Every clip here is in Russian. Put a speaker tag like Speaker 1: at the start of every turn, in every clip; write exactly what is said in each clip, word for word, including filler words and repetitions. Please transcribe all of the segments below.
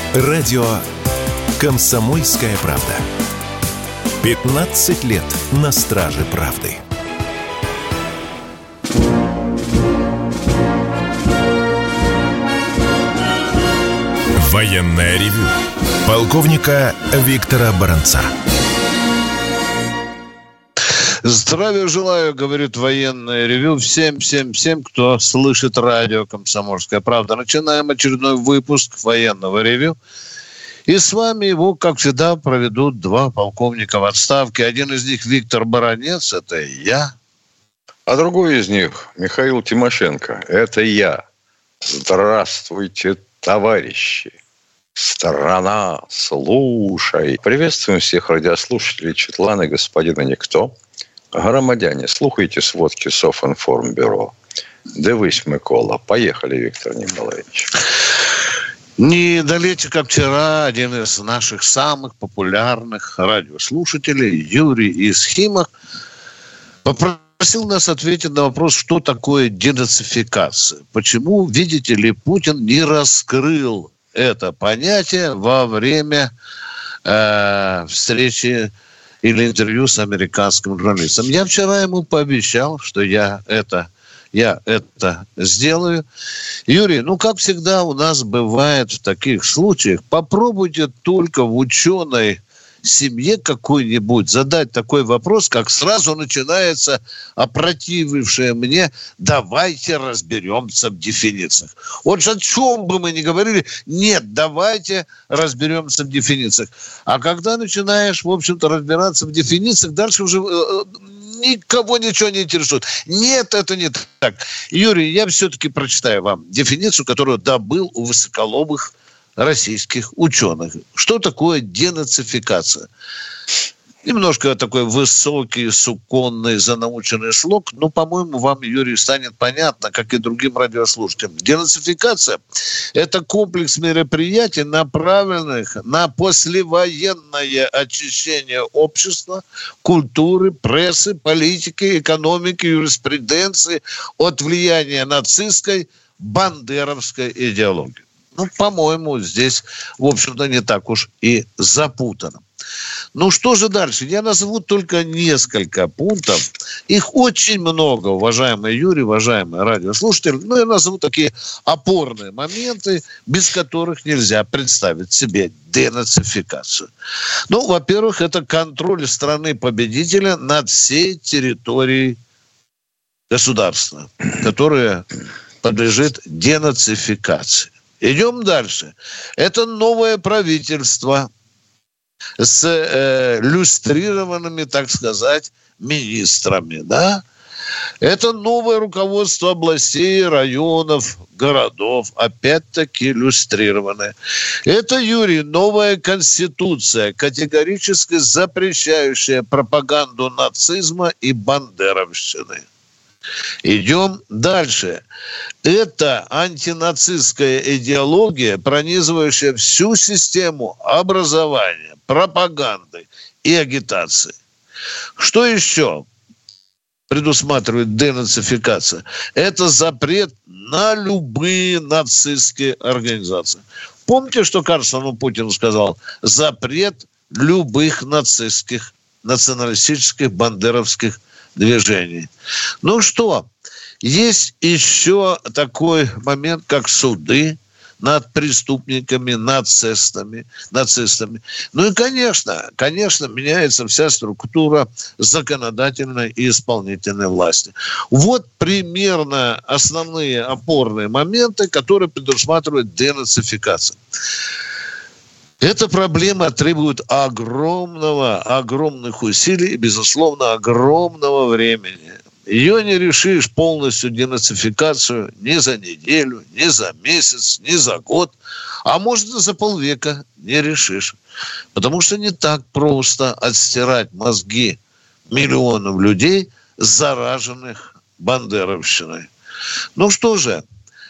Speaker 1: Радио «Комсомольская правда». пятнадцать лет на страже правды. Военное ревю полковника Виктора Баранца.
Speaker 2: Здравия желаю, говорит военное ревю всем, всем, всем, кто слышит радио «Комсомольская правда». Начинаем очередной выпуск военного ревю. И с вами его, как всегда, проведут два полковника в отставке. Один из них Виктор Баранец, это я.
Speaker 3: А другой из них Михаил Тимошенко, это я. Здравствуйте, товарищи. Страна, слушай. Приветствуем всех радиослушателей Четлана, господина Никто. Громадяне, слухайте сводки Софинформбюро. Дивись, Микола. Поехали, Виктор Николаевич.
Speaker 2: Не далее, как вчера, один из наших самых популярных радиослушателей, Юрий из Химок, попросил нас ответить на вопрос, что такое денацификация. Почему, видите ли, Путин не раскрыл это понятие во время э, встречи или интервью с американским журналистом. Я вчера ему пообещал, что я это, я это сделаю. Юрий, ну, как всегда у нас бывает в таких случаях, попробуйте только в ученой семье какой-нибудь задать такой вопрос, как сразу начинается опротивившее мне «давайте разберемся в дефинициях». Вот о чем бы мы ни говорили, нет, давайте разберемся в дефинициях. А когда начинаешь, в общем-то, разбираться в дефинициях, дальше уже э, никого ничего не интересует. Нет, это не так. Юрий, я все-таки прочитаю вам дефиницию, которую добыл у высоколобых российских ученых. Что такое денацификация? Немножко такой высокий, суконный, занаученный слог, но, по-моему, вам, Юрий, станет понятно, как и другим радиослушателям. Денацификация – это комплекс мероприятий, направленных на послевоенное очищение общества, культуры, прессы, политики, экономики, юриспруденции от влияния нацистской, бандеровской идеологии. Ну, по-моему, здесь, в общем-то, не так уж и запутано. Ну, что же дальше? Я назову только несколько пунктов. Их очень много, уважаемый Юрий, уважаемые радиослушатели. Но я назову такие опорные моменты, без которых нельзя представить себе денацификацию. Ну, во-первых, это контроль страны-победителя над всей территорией государства, которая подлежит денацификации. Идем дальше. Это новое правительство с э, люстрированными, так сказать, министрами, да? Это новое руководство областей, районов, городов, опять-таки люстрированное. Это, Юрий, новая конституция, категорически запрещающая пропаганду нацизма и бандеровщины. Идем дальше. Это антинацистская идеология, пронизывающая всю систему образования, пропаганды и агитации. Что еще предусматривает денацификация? Это запрет на любые нацистские организации. Помните, что Карлсону Путин сказал? Запрет любых нацистских, националистических, бандеровских движений. Ну что, есть еще такой момент, как суды над преступниками, нацистами, нацистами. Ну и, конечно, конечно, меняется вся структура законодательной и исполнительной власти. Вот примерно основные опорные моменты, которые предусматривают денацификацию. Эта проблема требует огромного, огромных усилий и, безусловно, огромного времени. Ее не решишь полностью, денацификацию, ни за неделю, ни за месяц, ни за год, а может и за полвека не решишь. Потому что не так просто отстирать мозги миллионов людей, зараженных бандеровщиной. Ну что же,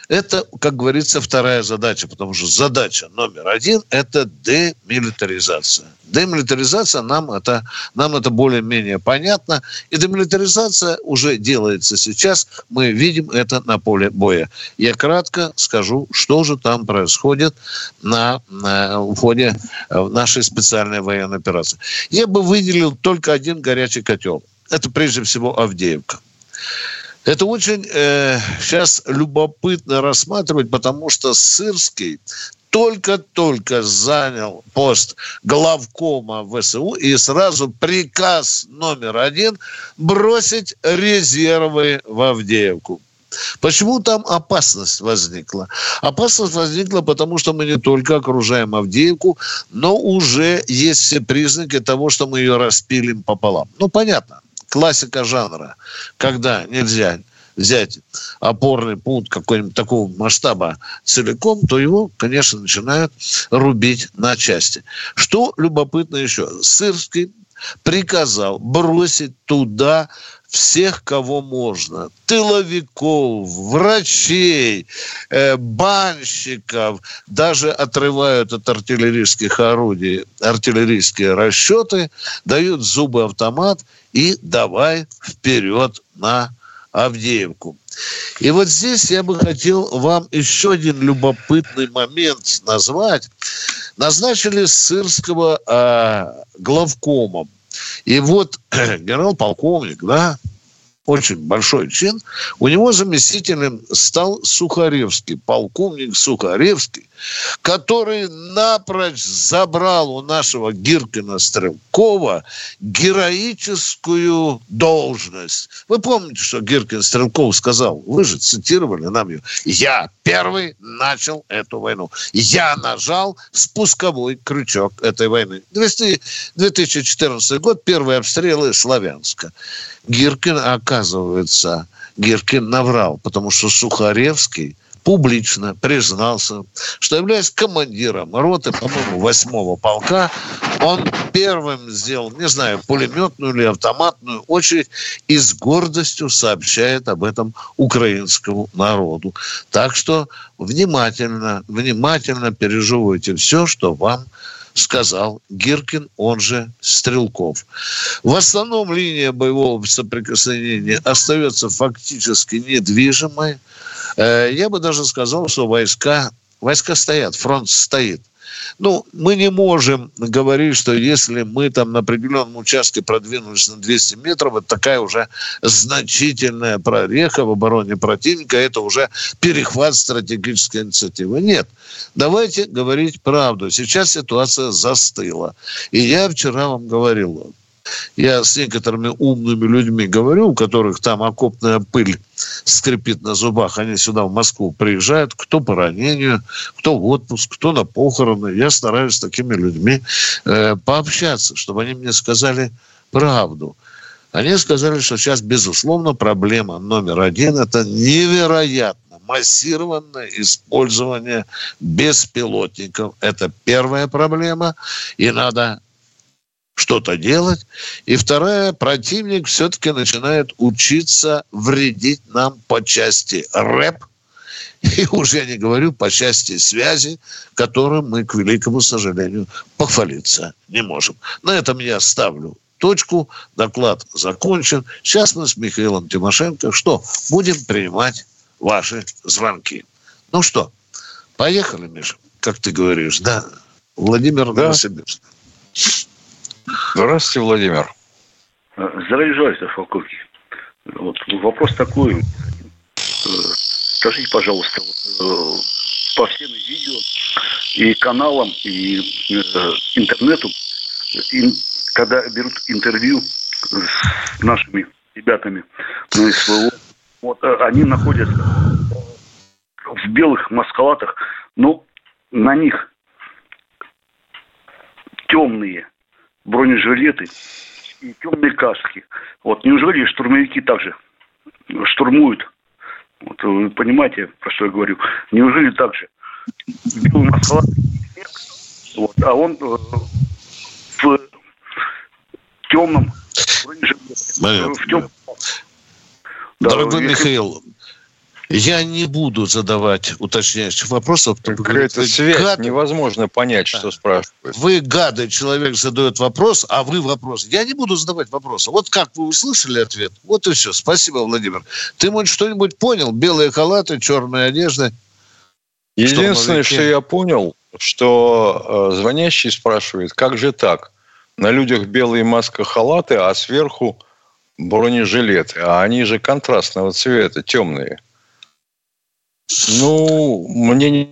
Speaker 2: Это, как говорится, вторая задача, потому что задача номер один – это демилитаризация. Демилитаризация, нам это, нам это более-менее понятно. И демилитаризация уже делается сейчас. Мы видим это на поле боя. Я кратко скажу, что же там происходит на, на в ходе нашей специальной военной операции. Я бы выделил только один горячий котел. Это прежде всего Авдеевка. Это очень э, сейчас любопытно рассматривать, потому что Сырский только-только занял пост главкома ВСУ, и сразу приказ номер один бросить резервы в Авдеевку. Почему там опасность возникла? Опасность возникла, потому что мы не только окружаем Авдеевку, но уже есть все признаки того, что мы ее распилим пополам. Ну, понятно. Классика жанра, когда нельзя взять опорный пункт какой-нибудь такого масштаба целиком, то его, конечно, начинают рубить на части. Что любопытно еще? Сырский приказал бросить туда всех, кого можно. Тыловиков, врачей, э, банщиков. Даже отрывают от артиллерийских орудий артиллерийские расчеты, дают зубы автомат и давай вперед на Авдеевку. И вот здесь я бы хотел вам еще один любопытный момент назвать. Назначили Сырского э, главкомом. И вот генерал-полковник, да, очень большой чин, у него заместителем стал Сухаревский, полковник Сухаревский, который напрочь забрал у нашего Гиркина-Стрелкова героическую должность. Вы помните, что Гиркин-Стрелков сказал? Вы же цитировали нам ее. «Я первый начал эту войну. Я нажал спусковой крючок этой войны». две тысячи четырнадцатый год, первые обстрелы Славянска. Гиркин, оказывается, Гиркин наврал, потому что Сухаревский публично признался, что, являясь командиром роты, по-моему, восьмого полка, он первым сделал, не знаю, пулеметную или автоматную очередь и с гордостью сообщает об этом украинскому народу. Так что внимательно, внимательно переживайте все, что вам сказал Гиркин, он же Стрелков. В основном линия боевого соприкосновения остается фактически недвижимой. Я бы даже сказал, что войска, войска стоят, фронт стоит. Ну, мы не можем говорить, что если мы там на определенном участке продвинулись на двести метров, это такая уже значительная прореха в обороне противника, это уже перехват стратегической инициативы. Нет. Давайте говорить правду. Сейчас ситуация застыла. И я вчера вам говорил, я с некоторыми умными людьми говорю, у которых там окопная пыль скрипит на зубах, они сюда в Москву приезжают, кто по ранению, кто в отпуск, кто на похороны. Я стараюсь с такими людьми э, пообщаться, чтобы они мне сказали правду. Они сказали, что сейчас, безусловно, проблема номер один – это невероятно массированное использование беспилотников. Это первая проблема, и надо что-то делать. И вторая, противник все-таки начинает учиться вредить нам по части рэп. И уже я не говорю по части связи, которым мы, к великому сожалению, похвалиться не можем. На этом я ставлю точку. Доклад закончен. Сейчас мы с Михаилом Тимошенко что? Будем принимать ваши звонки. Ну что, поехали, Миша, как ты говоришь, да? Владимир
Speaker 3: да.
Speaker 2: Новосибирск.
Speaker 3: Здравствуйте, Владимир.
Speaker 4: Здравия желаю, полковник. Вот вопрос такой. Скажите, пожалуйста, вот, по всем видео и каналам, и э, интернету, и, когда берут интервью с нашими ребятами на СВО, вот, они находятся в белых маскалатах, но на них темные бронежилеты и темные каски. Вот неужели штурмовики также штурмуют? Вот вы понимаете, про что я говорю? Неужели также белый маскалат, вот, а он э, в темном бронежилете. В темном...
Speaker 2: Дорогой
Speaker 4: да,
Speaker 2: Михаил, Я не буду задавать уточняющих вопросов.
Speaker 3: Какая-то связь, гады. Невозможно понять, да. Что спрашивают.
Speaker 2: Вы гады, человек задает вопрос, а вы вопрос. Я не буду задавать вопросы. Вот как вы услышали ответ, вот и все. Спасибо, Владимир. Ты, может, что-нибудь понял? Белые халаты, черные одежды?
Speaker 3: Единственное, что, что я понял, что э, звонящий спрашивает, как же так? На людях белые маска-халаты, а сверху бронежилеты. А они же контрастного цвета, темные. Ну, мне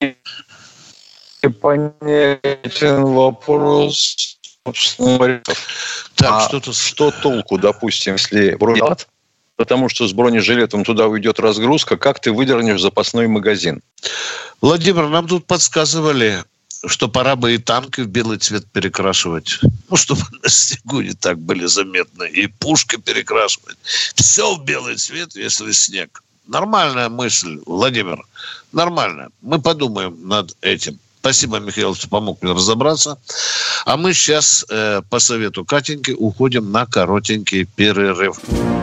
Speaker 3: непонятен вопрос, собственно говоря. Так, а что-то... что толку, допустим, если бронежилет, потому что с бронежилетом туда уйдет разгрузка, как ты выдернешь запасной магазин?
Speaker 2: Владимир, нам тут подсказывали, что пора бы и танки в белый цвет перекрашивать. Ну, чтобы на снегу не так были заметны. И пушки перекрашивать. Все в белый цвет, если снег. Нормальная мысль, Владимир. Нормально. Мы подумаем над этим. Спасибо, Михаил, что помог мне разобраться. А мы сейчас, э, по совету Катеньки, уходим на коротенький перерыв.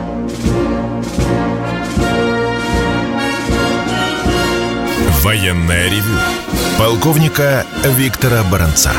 Speaker 1: Военное ревю полковника Виктора Баранца.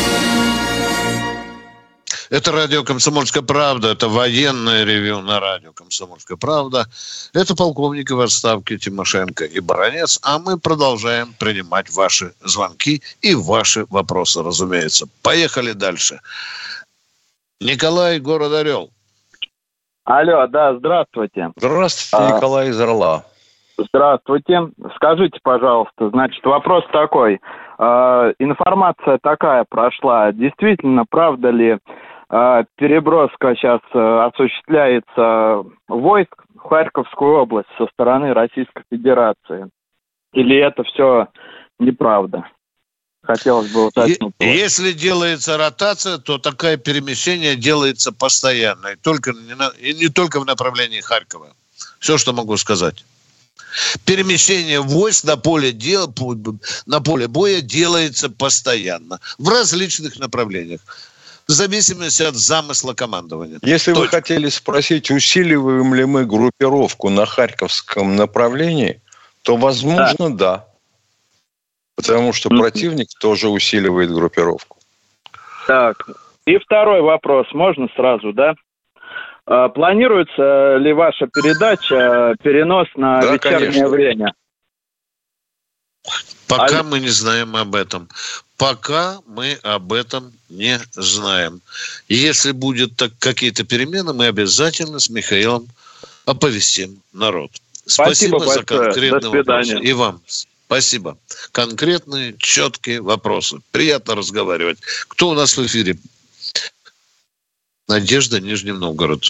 Speaker 2: Это радио «Комсомольская правда», это военное ревью на радио «Комсомольская правда». Это полковники в отставке Тимошенко и Баранец, а мы продолжаем принимать ваши звонки и ваши вопросы, разумеется. Поехали дальше. Николай, город Орел.
Speaker 5: Алло, да, здравствуйте.
Speaker 3: Здравствуйте, Николай из Орла.
Speaker 5: Здравствуйте. Скажите, пожалуйста, значит, вопрос такой. Э, информация такая прошла. Действительно, правда ли э, переброска сейчас э, осуществляется войск в Харьковскую область со стороны Российской Федерации? Или это все неправда? Хотелось бы уточнить.
Speaker 2: Если делается ротация, то такое перемещение делается постоянно. И, только, и не только в направлении Харькова. Все, что могу сказать. Перемещение войск на поле, дел, на поле боя делается постоянно. В различных направлениях. В зависимости от замысла командования.
Speaker 3: Если
Speaker 2: Точно.
Speaker 3: Вы хотели спросить, усиливаем ли мы группировку на Харьковском направлении, то, возможно, да. да. Потому что mm-hmm. противник тоже усиливает группировку.
Speaker 5: Так, и второй вопрос. Можно сразу, да? Планируется ли ваша передача перенос на да, вечернее конечно. время?
Speaker 2: Пока а... мы не знаем об этом. Пока мы об этом не знаем. Если будут так, какие-то перемены, мы обязательно с Михаилом оповестим народ.
Speaker 5: Спасибо,
Speaker 2: Спасибо за конкретные
Speaker 5: вопросы.
Speaker 2: И вам спасибо. Конкретные, четкие вопросы. Приятно разговаривать. Кто у нас в эфире? Надежда, Нижний Новгород.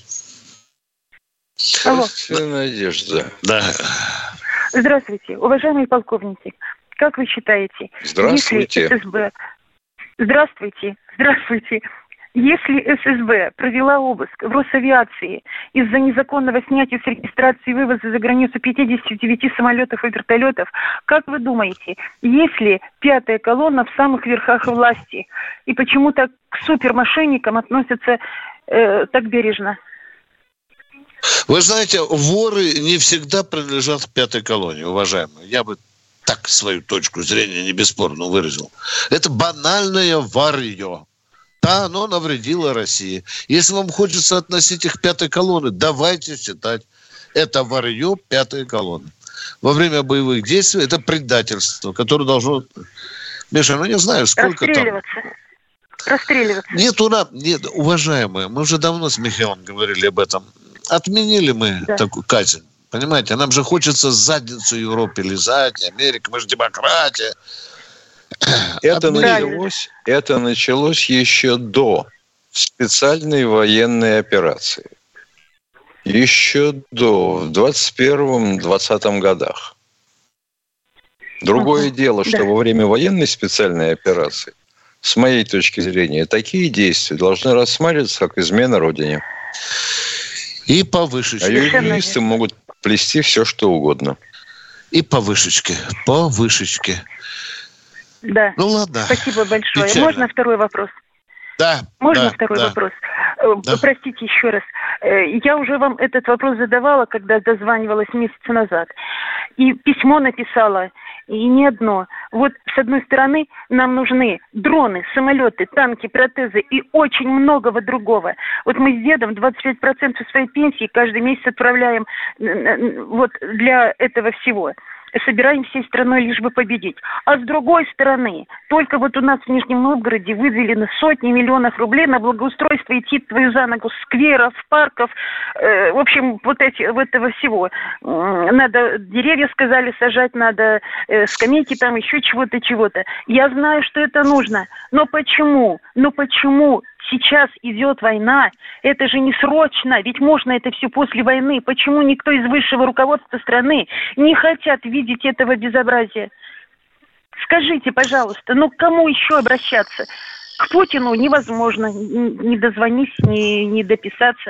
Speaker 6: Алло.
Speaker 3: Надежда.
Speaker 2: Да.
Speaker 6: Здравствуйте, уважаемые полковники. Как вы считаете,
Speaker 3: Здравствуйте.
Speaker 6: Если ССБ... Здравствуйте, здравствуйте. Если ССБ провела обыск в Росавиации из-за незаконного снятия с регистрации и вывоза за границу пятьдесят девять самолетов и вертолетов, как вы думаете, есть ли пятая колонна в самых верхах власти? И почему-то к супермошенникам относятся э, так бережно?
Speaker 2: Вы знаете, воры не всегда принадлежат к пятой колонне, уважаемые. Я бы так свою точку зрения не бесспорно выразил. Это банальное варье. Да, оно навредило России. Если вам хочется относить их к пятой колонне, давайте считать это варье пятой колонны. Во время боевых действий это предательство, которое должно... Миша, ну не знаю, сколько
Speaker 6: Расстреливаться.
Speaker 2: там...
Speaker 6: Расстреливаться.
Speaker 2: Нет, ура... Нет, уважаемые, мы уже давно с Михаилом говорили об этом. Отменили мы да. такую казнь. Понимаете, нам же хочется задницу Европе лизать, Америка, мы же демократия.
Speaker 3: Это началось, это началось еще до специальной военной операции. Еще до, в двадцать первом двадцатом годах. Другое ага, дело, что да. во время военной специальной операции, с моей точки зрения, такие действия должны рассматриваться как измена Родине.
Speaker 2: И по вышечке.
Speaker 3: А юристы могут плести все, что угодно.
Speaker 2: И по вышечке. По вышечке.
Speaker 6: Да.
Speaker 2: Ну ладно.
Speaker 6: Спасибо большое.
Speaker 2: Печально.
Speaker 6: Можно второй вопрос?
Speaker 2: Да.
Speaker 6: Можно
Speaker 2: да,
Speaker 6: второй
Speaker 2: да.
Speaker 6: вопрос? Да. Простите еще раз. Я уже вам этот вопрос задавала, когда дозванивалась месяц назад. И письмо написала, и не одно. Вот, с одной стороны, нам нужны дроны, самолеты, танки, протезы и очень многого другого. Вот мы с дедом двадцать пять процентов своей пенсии каждый месяц отправляем вот для этого всего. Собираем всей страной, лишь бы победить. А с другой стороны, только вот у нас в Нижнем Новгороде выделено сотни миллионов рублей на благоустройство, идти твою за ногу, скверов, парков, э, в общем, вот эти, вот этого всего. Надо деревья, сказали, сажать, надо э, скамейки там, еще чего-то, чего-то. Я знаю, что это нужно, но почему? Ну почему? Сейчас идет война, это же не срочно, ведь можно это все после войны. Почему никто из высшего руководства страны не хотят видеть этого безобразия? Скажите, пожалуйста, ну к кому еще обращаться? К Путину невозможно, не дозвонись, не, не дописаться.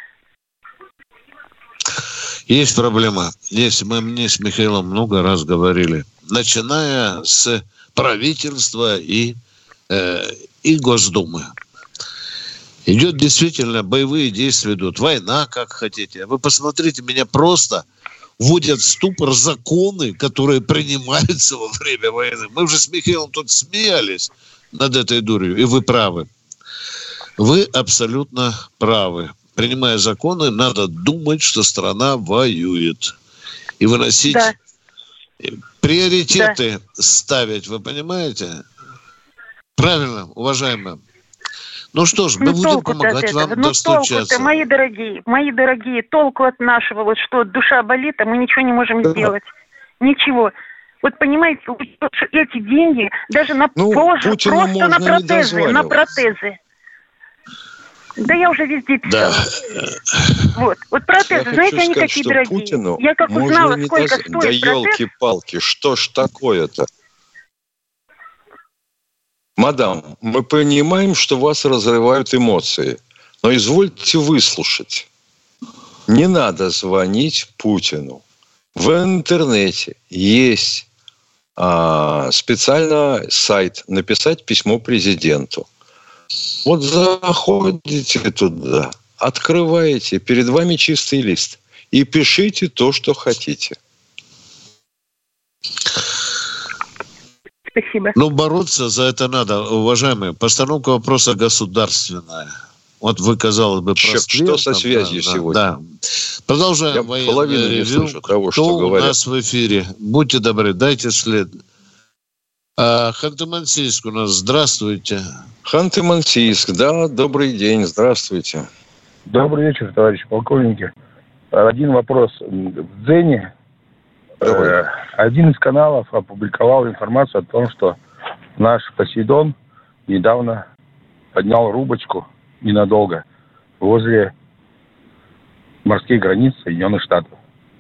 Speaker 2: Есть проблема. Есть, мы мне с Михаилом много раз говорили. Начиная с правительства и, э, и Госдумы. Идет действительно, боевые действия идут, война, как хотите. Вы посмотрите, меня просто вводят в ступор законы, которые принимаются во время войны. Мы уже с Михаилом тут смеялись над этой дурью, и вы правы. Вы абсолютно правы. Принимая законы, надо думать, что страна воюет. И выносить да. приоритеты, да. ставить, вы понимаете? Правильно, уважаемые. Ну что ж, мы ну, будем помогать вам
Speaker 6: ну,
Speaker 2: достучаться.
Speaker 6: Толку-то, мои дорогие, мои дорогие, толку от нашего, вот что душа болит, а мы ничего не можем да. сделать. Ничего. Вот понимаете, эти деньги даже на ну, позже, просто на протезы, на протезы. Да я уже везде писала. Да. Вот, вот протезы, я знаете, они сказать, какие дорогие.
Speaker 3: Путину
Speaker 6: я как узнала, сколько
Speaker 3: доз...
Speaker 6: стоит
Speaker 3: да
Speaker 6: протез.
Speaker 3: Да елки-палки, что ж такое-то? Мадам, мы понимаем, что вас разрывают эмоции, но извольте выслушать. Не надо звонить Путину. В интернете есть а, специально сайт «Написать письмо президенту». Вот заходите туда, открываете, перед вами чистый лист и пишите то, что хотите.
Speaker 6: Спасибо.
Speaker 2: Ну, бороться за это надо, уважаемые. Постановка вопроса государственная. Вот вы, казалось бы,
Speaker 3: простые. Что со связью
Speaker 2: да,
Speaker 3: сегодня?
Speaker 2: Да. Продолжаем Я военное ревью. Того, что у говорят. Нас в эфире? Будьте добры, дайте след. А, Ханты-Мансийск у нас. Здравствуйте.
Speaker 3: Ханты-Мансийск, да, добрый день, здравствуйте.
Speaker 7: Добрый вечер, товарищи полковники. Один вопрос. В Дзене э, один из каналов опубликовал информацию о том, что наш Посейдон недавно поднял рубочку ненадолго возле морских границ Соединенных Штатов.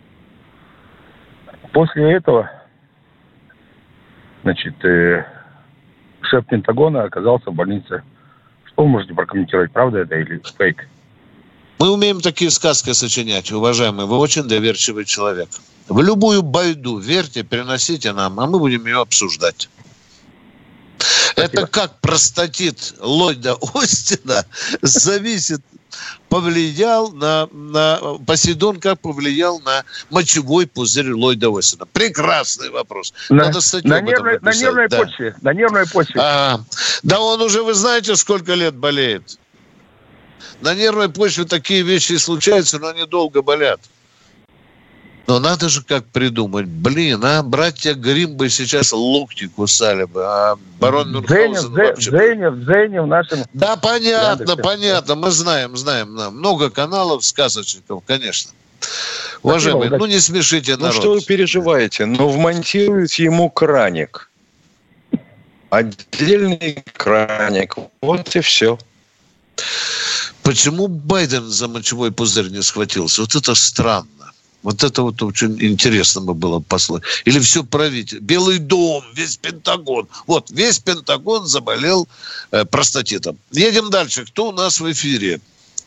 Speaker 7: После этого, значит, э, шеф Пентагона оказался в больнице. Что вы можете прокомментировать, правда это или фейк?
Speaker 2: Мы умеем такие сказки сочинять, уважаемые. Вы очень доверчивый человек. В любую байду верьте, переносите нам, а мы будем ее обсуждать. Спасибо. Это как простатит Ллойда Остина зависит, повлиял на, на Посейдон, как повлиял на мочевой пузырь Ллойда Остина. Прекрасный вопрос.
Speaker 7: На, Надо статью на, нервной, на нервной да. почве. На нервной почве.
Speaker 2: А, да он уже, вы знаете, сколько лет болеет. На нервной почве такие вещи случаются, но они долго болят. Но надо же как придумать. Блин, а братья Гримм бы сейчас локти кусали бы, а барон Мюнхгаузен вообще...
Speaker 7: Зенев, Зенев в нашем...
Speaker 2: Да, понятно, понятно. Мы знаем, знаем. Много каналов, сказочников, конечно. Уважаемые, ну не смешите народ.
Speaker 3: Ну что вы переживаете? Ну вмонтируют ему краник. Отдельный краник. Вот и все.
Speaker 2: Почему Байден за мочевой пузырь не схватился? Вот это странно. Вот это вот очень интересно бы было послать. Или все правительство. Белый дом, весь Пентагон. Вот, весь Пентагон заболел э, простатитом. Едем дальше. Кто у нас в эфире?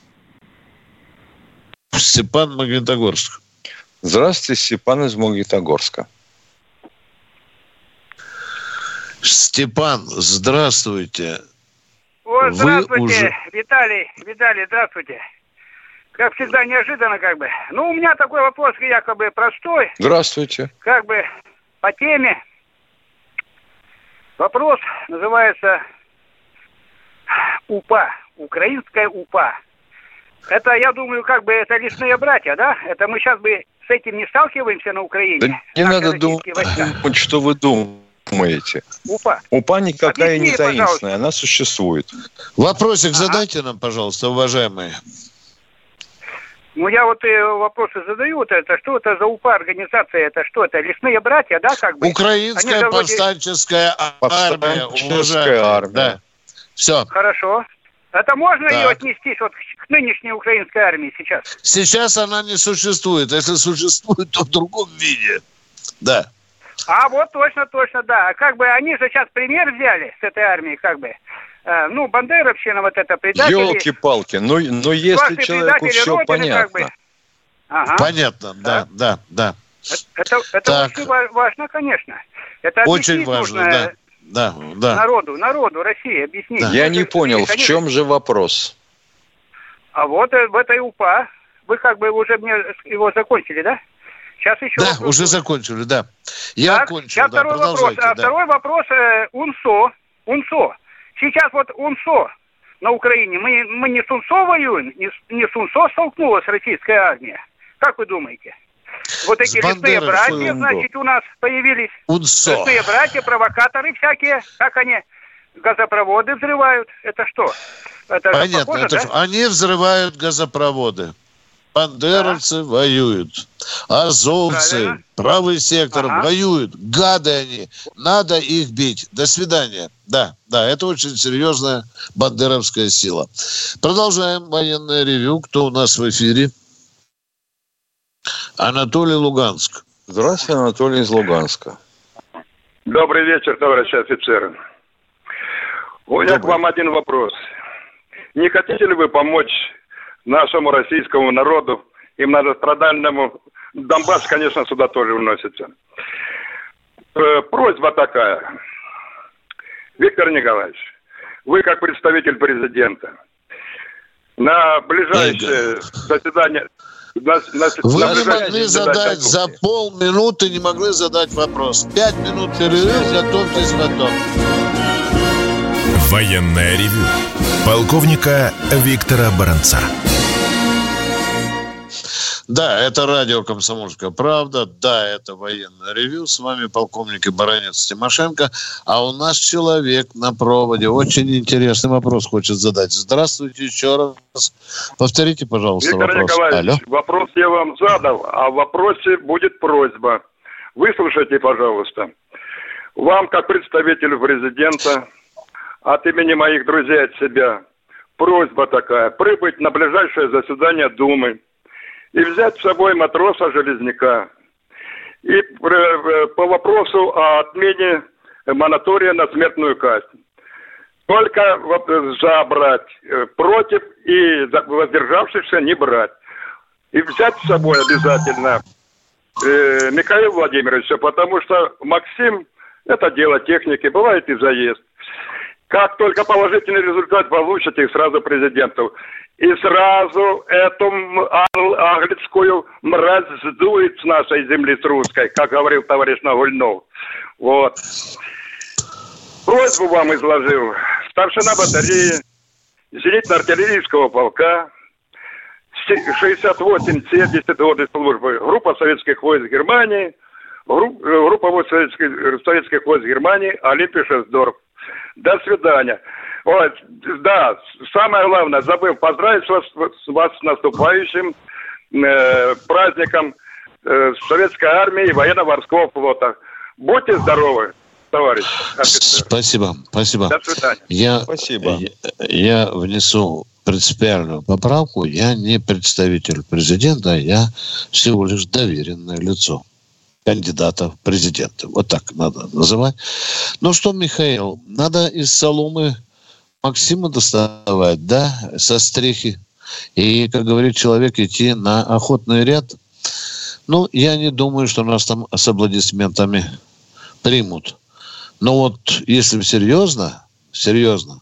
Speaker 2: Степан, Магнитогорск.
Speaker 3: Здравствуйте, Степан из Магнитогорска.
Speaker 2: Степан, здравствуйте.
Speaker 8: Вот, здравствуйте,
Speaker 2: уже...
Speaker 8: Виталий, Виталий, здравствуйте. Как всегда, неожиданно как бы. Ну, у меня такой вопрос якобы простой.
Speaker 3: Здравствуйте.
Speaker 8: Как бы по теме. Вопрос называется УПА, украинская УПА. Это, я думаю, как бы это лесные братья, да? Это мы сейчас бы с этим не сталкиваемся на Украине.
Speaker 3: Да не надо думать, что вы думаете.
Speaker 8: УПА.
Speaker 3: УПА никакая
Speaker 8: Объясни,
Speaker 3: не таинственная,
Speaker 8: пожалуйста.
Speaker 3: Она существует.
Speaker 2: Вопросик
Speaker 8: Ага.
Speaker 2: задайте нам, пожалуйста, уважаемые.
Speaker 8: Ну, я вот э, вопросы задаю, вот это, что это за УПА организация, это что это, лесные братья, да, как бы?
Speaker 2: Украинская
Speaker 8: Они вроде...
Speaker 2: повстанческая армия,
Speaker 3: Повстанческая
Speaker 2: уважаемые.
Speaker 3: армия.
Speaker 2: Да. Все.
Speaker 8: Хорошо. Это можно
Speaker 2: Так.
Speaker 8: ее отнести вот к нынешней украинской армии сейчас?
Speaker 2: Сейчас она не существует. Если существует, то в другом виде. Да.
Speaker 8: А вот точно, точно, да. А как бы они же сейчас пример взяли с этой армии, как бы. Э, ну, бандеровщина вот это, предатели.
Speaker 3: Елки-палки, ну, но если
Speaker 8: Ваши
Speaker 3: человеку
Speaker 8: предатели
Speaker 3: все
Speaker 8: Родины,
Speaker 3: понятно.
Speaker 8: как бы. Ага.
Speaker 2: Понятно, да, да, да.
Speaker 8: Это, это
Speaker 2: Так.
Speaker 8: очень ва- важно, конечно. Это
Speaker 2: Очень
Speaker 8: объяснить
Speaker 2: важно,
Speaker 8: нужно
Speaker 2: да. Да, да.
Speaker 8: народу, народу России объяснить.
Speaker 3: Я
Speaker 8: Это-
Speaker 3: не понял, в
Speaker 8: они-
Speaker 3: чем же вопрос?
Speaker 8: А вот э, в этой УПА, вы как бы уже мне его закончили, да? Сейчас еще
Speaker 2: Да,
Speaker 8: вопрос
Speaker 2: уже
Speaker 8: будет.
Speaker 2: закончили, да. Я
Speaker 8: Так,
Speaker 2: окончил,
Speaker 8: сейчас
Speaker 2: да,
Speaker 8: второй вопрос.
Speaker 2: продолжайте.
Speaker 8: А
Speaker 2: да.
Speaker 8: второй вопрос э, УНСО. УНСО. Сейчас вот УНСО на Украине. Мы, мы не с УНСО воюем, не, с- не с УНСО столкнулась российская армия. Как вы думаете? Вот
Speaker 2: С
Speaker 8: эти лесные
Speaker 2: Бандеровской
Speaker 8: братья,
Speaker 2: УНСО.
Speaker 8: значит, у нас появились.
Speaker 2: УНСО.
Speaker 8: Лесные братья, провокаторы всякие. Как они газопроводы взрывают? Это что? Это
Speaker 2: Понятно.
Speaker 8: похоже,
Speaker 2: это
Speaker 8: да?
Speaker 2: ж- Они взрывают газопроводы. Бандеровцы воюют. Азовцы,
Speaker 8: Правильно.
Speaker 2: правый сектор
Speaker 8: Ага.
Speaker 2: воюют. Гады они. Надо их бить. До свидания. Да, да, это очень серьезная бандеровская сила. Продолжаем военное ревю. Кто у нас в эфире? Анатолий, Луганск.
Speaker 3: Здравствуйте, Анатолий из Луганска.
Speaker 9: Добрый вечер, товарищи офицеры. У меня
Speaker 2: Добрый.
Speaker 9: к вам один вопрос. Не хотите ли вы помочь нашему российскому народу и многострадальному... Донбасс, конечно, сюда тоже вносится. Э, Просьба такая. Виктор Николаевич, вы как представитель президента, на ближайшее заседание... На, на,
Speaker 2: Вы
Speaker 9: на
Speaker 2: не
Speaker 9: ближайшее
Speaker 2: могли
Speaker 9: заседание-
Speaker 2: задать за полминуты, не могли задать вопрос. Пять минут перерыв, готовьтесь потом.
Speaker 1: Военное ревю полковника Виктора Баранца.
Speaker 2: Да, это радио «Комсомольская правда». Да, это военное ревю. С вами полковник и Баранец Тимошенко. А у нас человек на проводе. Очень интересный вопрос хочет задать. Здравствуйте еще раз. Повторите, пожалуйста,
Speaker 9: Виктор
Speaker 2: вопрос.
Speaker 9: Николаевич,
Speaker 2: Алло.
Speaker 9: вопрос я вам задал, а в вопросе будет просьба. Выслушайте, пожалуйста. Вам, как представителю президента, от имени моих друзей от себя, просьба такая, прибыть на ближайшее заседание Думы и взять с собой матроса-железняка. И э, по вопросу о отмене моратория на смертную казнь. Только вот за брать, э, против и за- воздержавшихся не брать. И взять с собой обязательно э, Михаила Владимировича, потому что Максим – это дело техники, бывает и заезд. Как только положительный результат получите, сразу президенту. И сразу эту м- ан- английскую мразь сдует с нашей земли, с русской, как говорил товарищ Нагульнов. Вот. Просьбу вам изложил старшина батареи зенитно-артиллерийского полка, се- шестьдесят восемь семьдесят годы службы, группа советских войск Германии, групп- э, группа войск советских, советских войск Германии, Олимпий Шесдорф. До свидания. Ой, да, самое главное, забыл поздравить вас, с вас с наступающим э, праздником э, Советской армии и военно-морского флота. Будьте здоровы, товарищ офицер.
Speaker 2: Спасибо, спасибо.
Speaker 9: До свидания.
Speaker 2: Я,
Speaker 3: Спасибо.
Speaker 2: Я, я внесу принципиальную поправку. Я не представитель президента, я всего лишь доверенное лицо кандидата в президенты. Вот так надо называть. Ну что, Михаил, надо из соломы Максима доставать, да, со стрехи. И, как говорит человек, идти на охотный ряд. Ну, я не думаю, что нас там с аплодисментами примут. Но вот если серьезно, серьезно,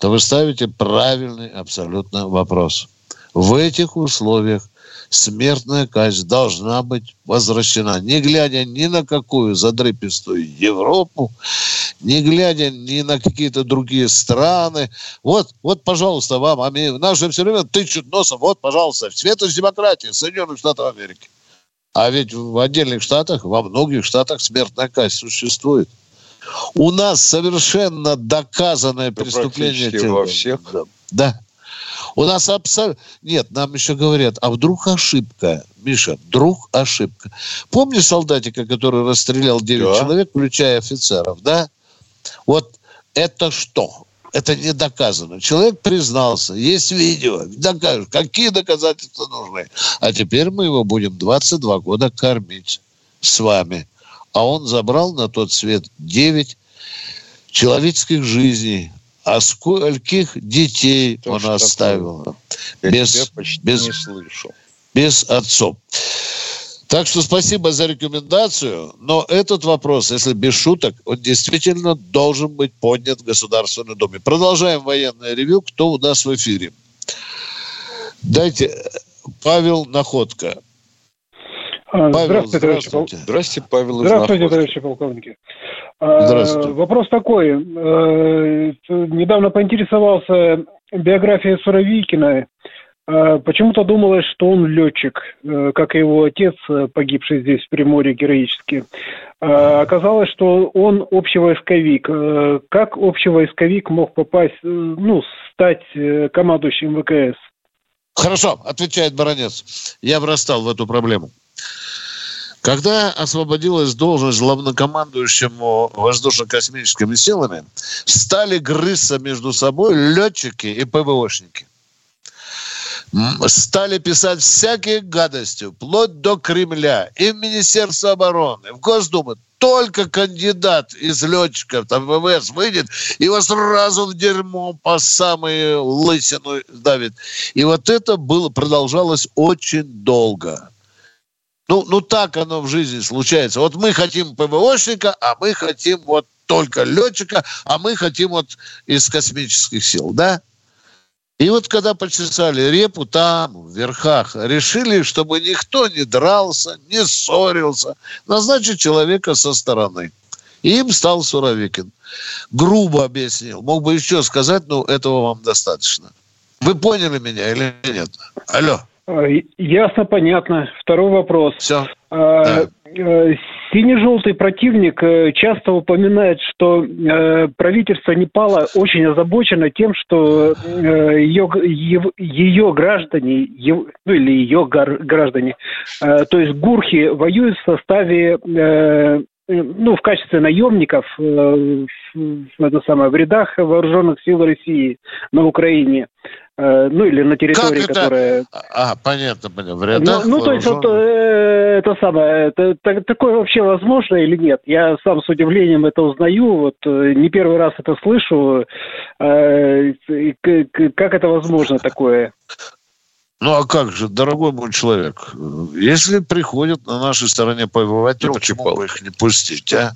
Speaker 2: то вы ставите правильный абсолютно вопрос. В этих условиях смертная казнь должна быть возвращена, не глядя ни на какую задрыпистую Европу, не глядя ни на какие-то другие страны. Вот, вот, пожалуйста, вам, нас же все время тычут носом, вот, пожалуйста, светость демократии Соединенных Штатов Америки. А ведь в отдельных штатах, во многих штатах смертная казнь существует. У нас совершенно доказанное да преступление.
Speaker 3: Практически во всех.
Speaker 2: Да. У нас абсолютно... Нет, нам еще говорят, а вдруг ошибка? Миша, вдруг ошибка. Помнишь солдатика, который расстрелял девять да. человек, включая офицеров, да? Вот это что? Это не доказано. Человек признался, есть видео, докажут. Какие доказательства нужны? А теперь мы его будем двадцать два года кормить с вами. А он забрал на тот свет девять человеческих жизней. А скольких детей то, он оставил?
Speaker 3: Я
Speaker 2: без,
Speaker 3: тебя почти
Speaker 2: без,
Speaker 3: не слышу.
Speaker 2: Без отцов. Так что спасибо за рекомендацию, но этот вопрос, если без шуток, он действительно должен быть поднят в Государственной Думе. Продолжаем военное ревью. Кто у нас в эфире? Дайте, Павел Находка.
Speaker 10: Павел, здравствуйте, здравствуйте.
Speaker 3: Здравствуйте, Павел.
Speaker 10: Здравствуйте, товарищи полковники.
Speaker 2: Здравствуйте.
Speaker 10: Вопрос такой. Недавно поинтересовался биографией Суровикина. Почему-то думалось, что он летчик, как и его отец, погибший здесь в Приморье героически. Оказалось, что он общевойсковик. Как общевойсковик мог попасть, ну, стать командующим ВКС?
Speaker 2: Хорошо, отвечает Баранец. Я врастал в эту проблему. Когда освободилась должность главнокомандующему воздушно-космическими силами, стали грызться между собой летчики и ПВОшники. Стали писать всякие гадости, вплоть до Кремля, и в Министерство обороны, в Госдуму. Только кандидат из летчиков, там ВВС выйдет, его сразу в дерьмо по самую лысину давит. И вот это было, продолжалось очень долго. Ну, ну, так оно в жизни случается. Вот мы хотим ПВОшника, а мы хотим вот только летчика, а мы хотим вот из космических сил, да? И вот когда почесали репу там, в верхах, решили, чтобы никто не дрался, не ссорился, назначить человека со стороны. И им стал Суровикин. Грубо объяснил. Мог бы еще сказать, но этого вам достаточно. Вы поняли меня или нет? Алло.
Speaker 10: Ясно, понятно. Второй вопрос.
Speaker 2: Все.
Speaker 10: А,
Speaker 2: да.
Speaker 10: Сине-желтый противник часто упоминает, что правительство Непала очень озабочено тем, что ее, ее граждане, ну или ее граждане, то есть гурхи, воюют в составе, ну, в качестве наемников это самое, в рядах вооруженных сил России на Украине. Ну, или на территории,
Speaker 2: как это?
Speaker 10: которая...
Speaker 2: А, понятно, понятно. В рядах
Speaker 10: ну, ну, то есть, вот, э, это самое, это, так, такое вообще возможно или нет? Я сам с удивлением это узнаю, вот, э, не первый раз это слышу. Э, к, как это возможно такое?
Speaker 2: Ну, а как же, дорогой мой человек, если приходят на нашей стороне повоевать, то почему бы их не пустить, а?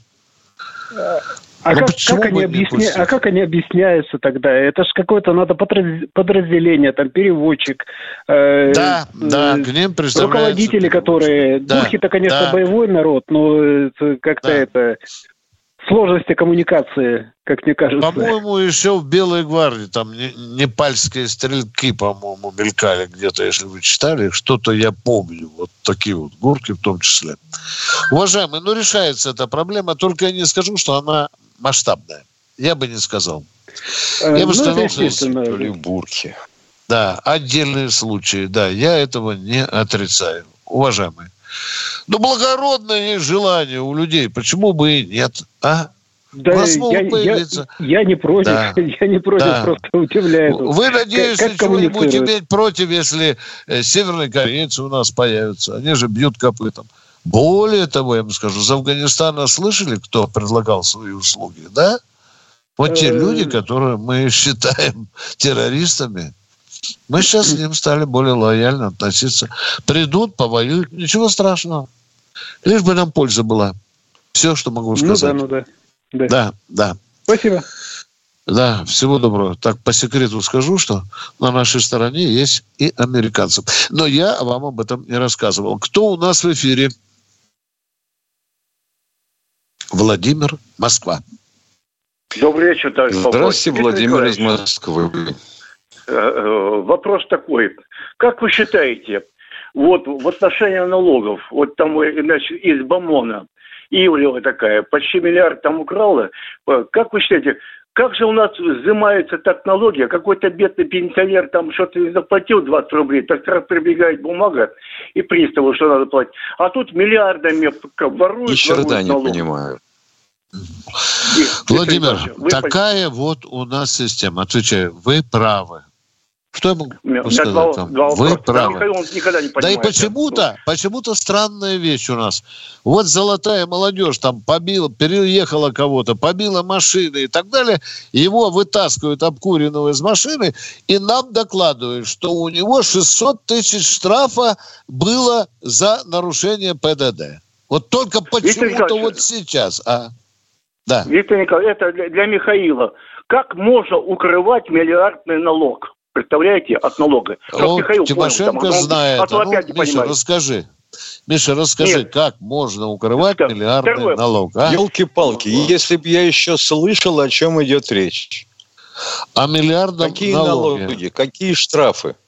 Speaker 10: А, как, как они объясня... а как они объясняются тогда? Это же какое-то надо подразделение, там переводчик. Э,
Speaker 2: да, э, да, к ним представляются
Speaker 10: руководители, которые... Да, Духи-то, конечно, да. боевой народ, но это как-то да. это... Сложности коммуникации, как мне кажется.
Speaker 2: По-моему, еще в Белой гвардии там непальские стрелки, по-моему, мелькали где-то, если вы читали. Что-то я помню. Вот такие вот гурки в том числе. Уважаемые, ну решается эта проблема, только я не скажу, что она масштабная. Я бы не сказал. Я
Speaker 10: ну,
Speaker 2: бы сказал, что
Speaker 10: есть
Speaker 3: бурки.
Speaker 2: Да, отдельные случаи. Да, я этого не отрицаю. Уважаемые. Ну, благородное есть желание у людей. Почему бы и нет, а?
Speaker 10: Да, я, я, я не против. Да. Я не против, да. Просто удивляет.
Speaker 2: Вы, надеюсь, как, как чего будете иметь против, если э, северные корейцы у нас появятся? Они же бьют копытом. Более того, я вам скажу, из Афганистана слышали, кто предлагал свои услуги, да? Вот те люди, которые мы считаем террористами, мы сейчас с ним стали более лояльно относиться. Придут, повоюют, ничего страшного. Лишь бы нам польза была. Все, что могу сказать.
Speaker 10: Ну да, ну да.
Speaker 2: Да, да. да.
Speaker 10: Спасибо.
Speaker 2: Да, всего доброго. Так, по секрету скажу, что на нашей стороне есть и американцы. Но я вам об этом не рассказывал. Кто у нас в эфире? Владимир, Москва.
Speaker 11: Добрый вечер, товарищ полковник.
Speaker 3: Здравствуйте, Владимир из Москвы.
Speaker 11: Вопрос такой. Как вы считаете, вот в отношении налогов, вот там, значит, из Бомона, Ивлева такая, почти миллиард там украла, как вы считаете, как же у нас взимаются так налоги, а какой-то бедный пенсионер там что-то не заплатил двадцать рублей, так сразу прибегает бумага и приставу, что надо платить. А тут миллиардами воруют.
Speaker 3: Ни черта не
Speaker 11: налоги.
Speaker 3: Понимаю.
Speaker 11: И,
Speaker 2: Владимир,
Speaker 11: вы
Speaker 2: такая по... вот у нас система. Отвечаю, вы правы. Что я могу
Speaker 11: Нет,
Speaker 2: сказать
Speaker 11: два,
Speaker 2: вам?
Speaker 11: два
Speaker 2: Вы правы.
Speaker 11: Да, он никогда не
Speaker 2: да и почему-то, почему-то странная вещь у нас. Вот золотая молодежь там побила, переехала кого-то, побила машины и так далее. Его вытаскивают обкуренного из машины и нам докладывают, что у него шестьсот тысяч штрафа было за нарушение ПДД. Вот только почему-то вот сейчас. А? Да.
Speaker 11: Виктор Николаевич, это для, для Михаила. Как можно укрывать миллиардный налог? Представляете, от налога.
Speaker 2: О, Тимошенко понял, там, знает. А ну, Миша, понимает. расскажи. Миша, расскажи, Нет. как можно укрывать Скажи. миллиардный Второе. налог? А?
Speaker 3: Елки-палки, если бы я еще слышал, о чем идет речь.
Speaker 2: О миллиардном
Speaker 3: Какие
Speaker 2: налоге.
Speaker 3: налоги, какие штрафы?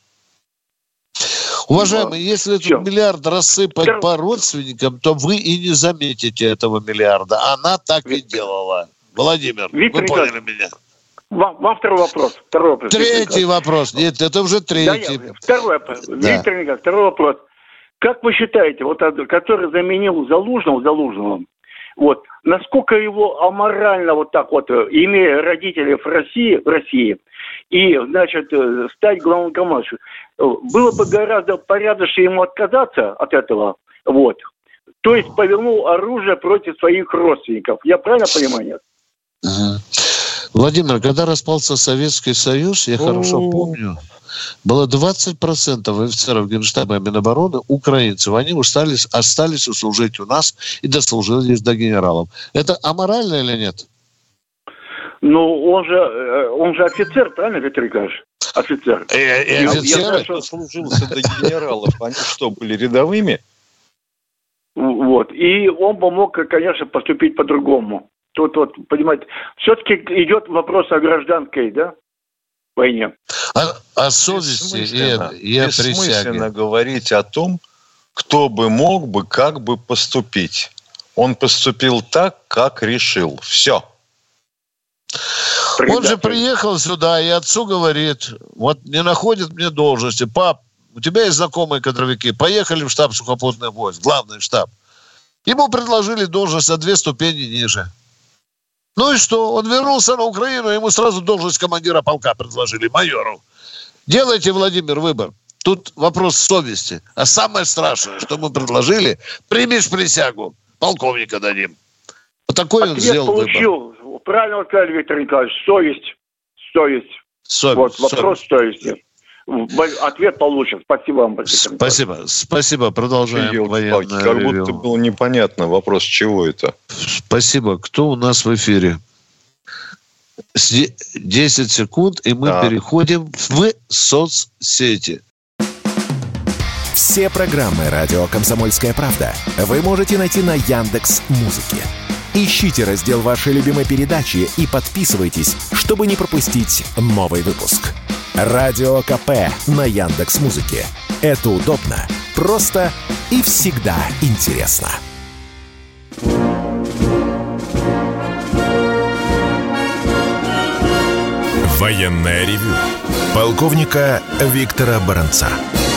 Speaker 2: Уважаемый, если этот Чем? миллиард рассыпать Второе. по родственникам, то вы и не заметите этого миллиарда. Она так Виктор. и делала. Владимир, Виктор вы поняли меня?
Speaker 11: Вам, вам второй вопрос. Второй вопрос.
Speaker 2: Третий вопрос. Нет, это уже третий.
Speaker 11: Да, второй вопрос. Да. Виктор Николаевич, второй вопрос. Как вы считаете, вот который заменил Залужного, Залужного, вот, насколько его аморально вот так вот, имея родителей в России, в России, и, значит, стать главнокомандующим, было бы гораздо порядочнее ему отказаться от этого, вот. То есть повернул оружие против своих родственников. Я правильно понимаю, нет?
Speaker 2: Ага. Владимир, когда распался Советский Союз, я О-о-о. хорошо помню, было двадцать процентов офицеров Генштаба и Минобороны украинцев. Они остались, остались служить у нас и дослужились до генералов. Это аморально или нет?
Speaker 11: Ну, он же, он же офицер, правильно, Виктор Николаевич? Офицер.
Speaker 3: И, и офицеры? Я дослужился до генералов. Они что, были рядовыми?
Speaker 11: Вот. И он бы мог, конечно, поступить по-другому. Тут вот, понимаете, все-таки идет вопрос о гражданской, да, войне.
Speaker 2: О, о совести и, и о присяге.
Speaker 3: Бессмысленно говорить о том, кто бы мог бы, как бы поступить. Он поступил так, как решил. Все.
Speaker 2: Он же приехал сюда и отцу говорит, вот не находит мне должности. Пап, у тебя есть знакомые кадровики, поехали в штаб сухопутных войск, главный штаб. Ему предложили должность на две ступени ниже. Ну и что? Он вернулся на Украину, ему сразу должность командира полка предложили, майору. Делайте, Владимир, выбор. Тут вопрос совести. А самое страшное, что мы предложили, примешь присягу, полковника дадим. Вот такой Ответ он сделал
Speaker 11: получил. Выбор. Правильно сказали, Виктор Николаевич, совесть. Совесть. совесть вот вопрос совесть. совести. Ответ получен. Спасибо вам.
Speaker 2: Спасибо. Спасибо. Продолжаем военное ревью.
Speaker 3: Как будто было непонятно вопрос, чего это.
Speaker 2: Спасибо. Кто у нас в эфире? десять секунд, и мы да. переходим в соцсети.
Speaker 1: Все программы «Радио Комсомольская правда» вы можете найти на Яндекс.Музыке. Ищите раздел вашей любимой передачи и подписывайтесь, чтобы не пропустить новый выпуск. Радио КП на Яндекс.Музыке. Это удобно, просто и всегда интересно. Военное ревю полковника Виктора Баранца.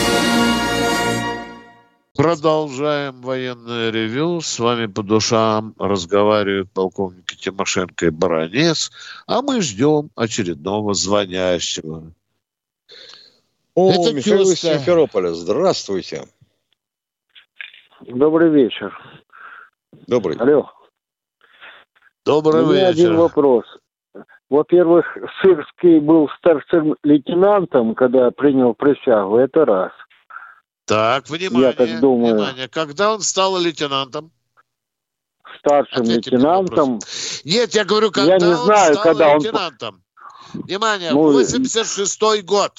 Speaker 2: Продолжаем военное ревю. С вами по душам разговаривают полковники Тимошенко и Баранец. А мы ждем очередного звонящего.
Speaker 3: О, Это Михаил из Симферополя. Здравствуйте.
Speaker 12: Добрый вечер.
Speaker 3: Добрый.
Speaker 12: Алло.
Speaker 2: Добрый
Speaker 12: вечер. У меня
Speaker 2: вечер.
Speaker 12: один вопрос. Во-первых, Сырский был старшим лейтенантом, когда принял присягу. Это раз.
Speaker 2: Так, внимание,
Speaker 12: Я так думаю.
Speaker 2: внимание. Когда он стал лейтенантом?
Speaker 12: Старшим Ответьте лейтенантом.
Speaker 2: Нет, я говорю, когда
Speaker 12: я не
Speaker 2: он
Speaker 12: знаю,
Speaker 2: стал
Speaker 12: когда
Speaker 2: лейтенантом. Внимание,
Speaker 12: Ну,
Speaker 2: восемьдесят шестой год.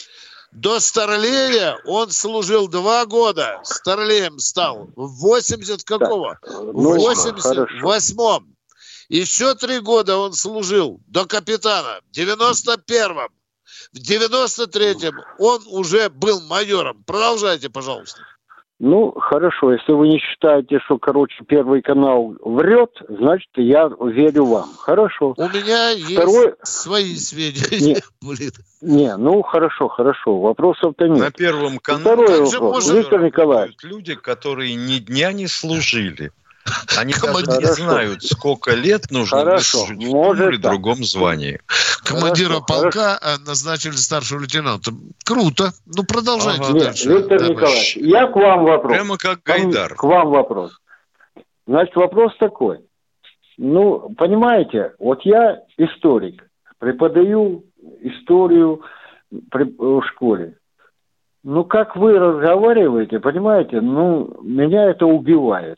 Speaker 2: До Старлея он служил два года. Старлеем стал. В восемьдесят какого?
Speaker 12: Ну,
Speaker 2: В восемьдесят восьмом. Еще три года он служил до капитана. В девяносто первом. В девяносто третьем он уже был майором. Продолжайте, пожалуйста.
Speaker 12: Ну, хорошо. Если вы не считаете, что, короче, Первый канал врет, значит, я верю вам. Хорошо.
Speaker 2: У меня
Speaker 12: Второй...
Speaker 2: есть свои сведения.
Speaker 12: Не, не, ну, хорошо, хорошо. Вопросов-то нет.
Speaker 3: На Первом канале
Speaker 12: Второй вопрос. Виктор Николаевич.
Speaker 3: Люди, которые ни дня не служили. Они
Speaker 2: Командир...
Speaker 3: даже не знают, сколько лет нужно
Speaker 12: Хорошо.
Speaker 3: выслужить в том или
Speaker 12: так.
Speaker 3: другом звании.
Speaker 2: Командира
Speaker 12: Хорошо,
Speaker 2: полка хорошо. назначили старшего лейтенанта. Круто. Ну, продолжайте
Speaker 3: Ага.
Speaker 2: дальше.
Speaker 12: Нет, Виктор
Speaker 2: Да,
Speaker 12: Николаевич, я к вам вопрос.
Speaker 3: Прямо как Гайдар.
Speaker 12: К вам вопрос. Значит, вопрос такой. Ну, понимаете, вот я историк, преподаю историю в школе. Ну, как вы разговариваете, понимаете, ну, меня это убивает.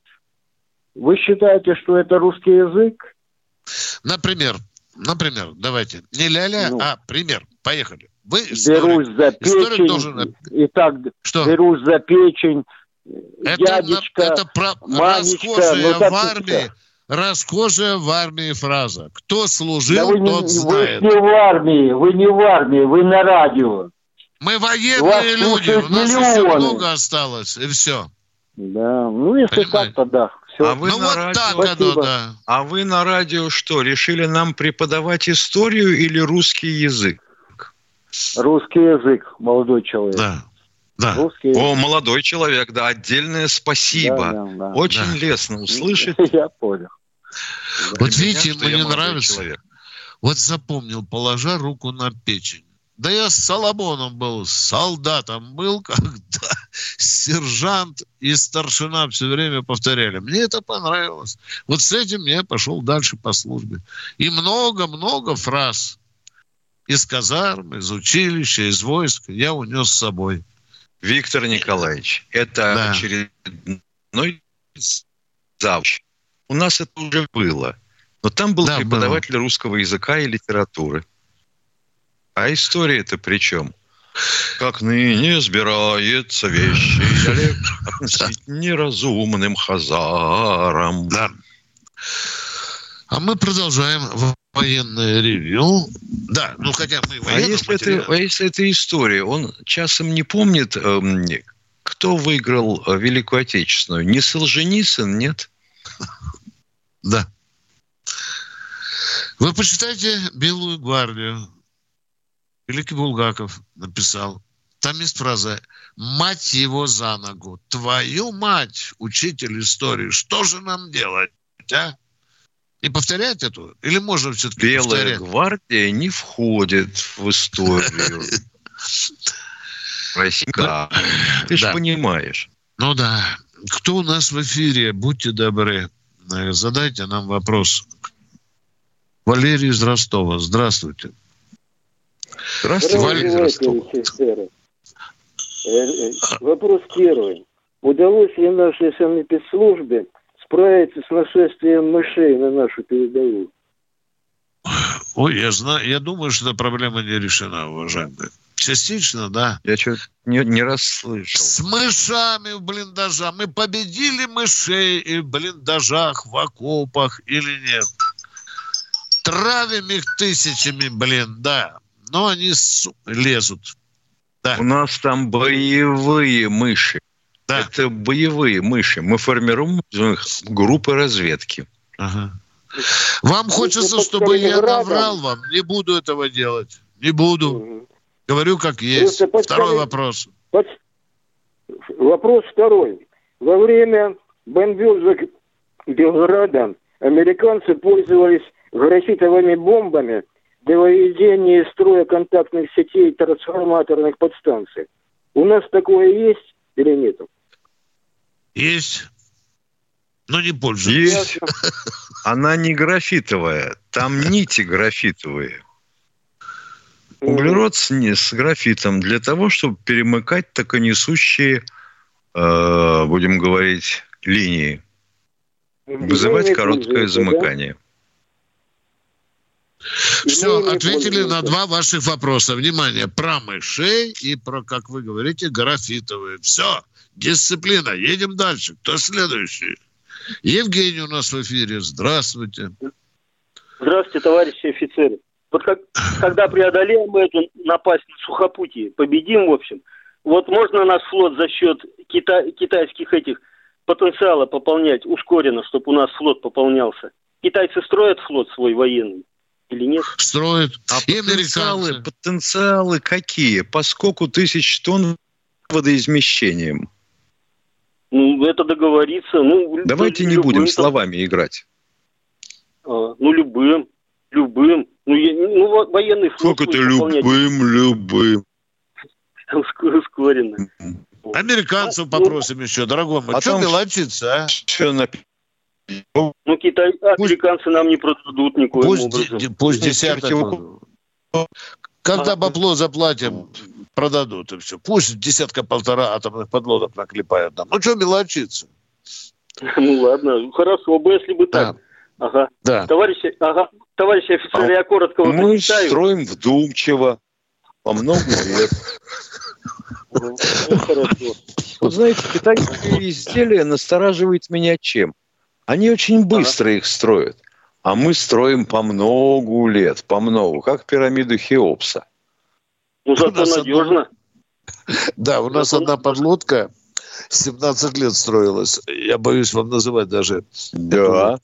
Speaker 12: Вы считаете, что это русский язык?
Speaker 2: Например, например, давайте, не ля-ля, ну, а пример. Поехали. Вы
Speaker 12: берусь
Speaker 2: историк.
Speaker 12: за печень,
Speaker 2: Историк должен...
Speaker 12: Итак,
Speaker 2: что?
Speaker 12: берусь за печень,
Speaker 2: это,
Speaker 12: дядечка,
Speaker 2: это про...
Speaker 12: Манечка,
Speaker 2: расхожая
Speaker 12: ну,
Speaker 2: в армии, расхожая в армии фраза. Кто служил,
Speaker 12: да вы не,
Speaker 2: тот знает.
Speaker 12: Вы не в армии, вы не в армии, вы на радио.
Speaker 2: Мы военные люди, у нас еще много осталось, и все.
Speaker 12: Да, ну если так, то да. Все.
Speaker 3: А вы,
Speaker 2: ну,
Speaker 3: на
Speaker 2: вот
Speaker 3: радио...
Speaker 2: так оно, да.
Speaker 3: а вы на радио что, решили нам преподавать историю или русский язык?
Speaker 12: Русский язык, молодой человек.
Speaker 2: Да. Да.
Speaker 12: Русский язык.
Speaker 3: О, молодой человек, да, отдельное спасибо.
Speaker 12: Да, да, да.
Speaker 3: Очень
Speaker 2: Да.
Speaker 3: лестно услышать.
Speaker 12: Я понял.
Speaker 2: Вот
Speaker 3: Для
Speaker 2: видите,
Speaker 3: меня, что
Speaker 2: мне
Speaker 3: я молодой
Speaker 2: нравится.
Speaker 3: человек.
Speaker 2: Вот запомнил, положа руку на печень. Да я с Соломоном был, солдатом был, когда сержант и старшина все время повторяли. Мне это понравилось. Вот с этим я пошел дальше по службе. И много-много фраз из казарм, из училища, из войск я унес с собой.
Speaker 3: Виктор Николаевич, это
Speaker 2: Да.
Speaker 3: очередной завуч. У нас это уже было. Но там был
Speaker 2: Да,
Speaker 3: преподаватель
Speaker 2: было.
Speaker 3: русского языка и литературы. А история-то при чем? Как ныне сбирается вещи Олег отмстить неразумным хазарам.
Speaker 2: Да. А мы продолжаем военное ревью. Да, ну хотя мы
Speaker 3: А
Speaker 2: военные.
Speaker 3: если, это, а если это история, он часом не помнит, эм, кто выиграл э, Великую Отечественную? Не Солженицын, нет?
Speaker 2: Да. Вы почитайте «Белую гвардию». Великий Булгаков написал. Там есть фраза «Мать его за ногу». Твою мать, учитель истории, что же нам делать, а? И повторять эту? Или можно все-таки
Speaker 3: Белая
Speaker 2: повторять?
Speaker 3: гвардия не входит в историю. Российская. Ты же понимаешь.
Speaker 2: Ну да. Кто у нас в эфире? Будьте добры. Задайте нам вопрос. Валерий из Ростова. Здравствуйте.
Speaker 3: Здравствуйте,
Speaker 2: Валерий из Ростова.
Speaker 12: Вопрос первый. Удалось ли нашей санэпидслужбе справиться с нашествием мышей на нашу передовую?
Speaker 2: Ой, я знаю, я думаю, что эта проблема не решена, уважаемые. Частично, да.
Speaker 3: Я что-то не, не расслышал.
Speaker 2: С мышами в блиндажах. Мы победили мышей и в блиндажах, в окопах или нет? Травим их тысячами, блин, да. Но они лезут. Да.
Speaker 3: У нас там боевые мыши.
Speaker 2: Да.
Speaker 3: Это боевые мыши. Мы формируем группы разведки.
Speaker 2: Ага. Вам хочется, чтобы я наврал вам? Не буду этого делать. Не буду. Угу. Говорю, как есть. Второй вопрос.
Speaker 12: Под... Вопрос второй. Во время бомбежек Белграда американцы пользовались графитовыми бомбами для выведения из строя контактных сетей трансформаторных подстанций. У нас такое есть или нет?
Speaker 2: Есть. Но не пользуются.
Speaker 3: Есть. Она не графитовая. Там нити графитовые. Углерод с, с графитом для того, чтобы перемыкать токонесущие, э, будем говорить, линии. Вызывать короткое замыкание.
Speaker 2: Все, ответили на два ваших вопроса. Внимание, про мышей и про, как вы говорите, графитовые. Все, дисциплина. Едем дальше. Кто следующий? Евгений у нас в эфире. Здравствуйте.
Speaker 13: Здравствуйте, товарищи офицеры. Вот как, когда преодолеем мы эту напасть на сухопутье, победим, в общем, вот можно наш флот за счет кита- китайских этих потенциала пополнять ускоренно, чтобы у нас флот пополнялся. Китайцы строят флот свой военный или нет?
Speaker 2: Строят.
Speaker 3: А и потенциалы, потенциалы какие? По сколько тысяч тонн водоизмещением?
Speaker 13: Ну, это договориться. Ну,
Speaker 3: давайте не будем словами играть.
Speaker 13: А, ну, любым. Любым. Ну, я, ну военный флот...
Speaker 3: Как это любым, любым?
Speaker 13: Ускоренно.
Speaker 2: Американцев попросим ну, еще, дорогой мой. А что мелочиться, а?
Speaker 3: Что на...
Speaker 13: Ну, Китай, американцы нам не продадут никоим
Speaker 2: пусть
Speaker 13: образом.
Speaker 2: Д- пусть десяток. Когда а, бабло заплатим, продадут и все. Пусть десятка-полтора атомных подлодок наклепают нам. Ну, что мелочиться?
Speaker 13: Ну, ладно. Хорошо бы, если бы так.
Speaker 2: Да.
Speaker 13: Ага.
Speaker 2: Да.
Speaker 13: Товарищи, ага. Товарищи офицеры, а я коротко вот
Speaker 3: мы
Speaker 13: зачитаю.
Speaker 3: Строим вдумчиво. По много лет. Вот знаете, китайские изделия настораживают меня чем? Они очень быстро их строят. А мы строим по многу лет, по многу, как пирамиду Хеопса.
Speaker 13: Ну, зато надежно.
Speaker 2: Да, у нас одна подлодка семнадцать лет строилась. Я боюсь вам называть даже.
Speaker 3: Да.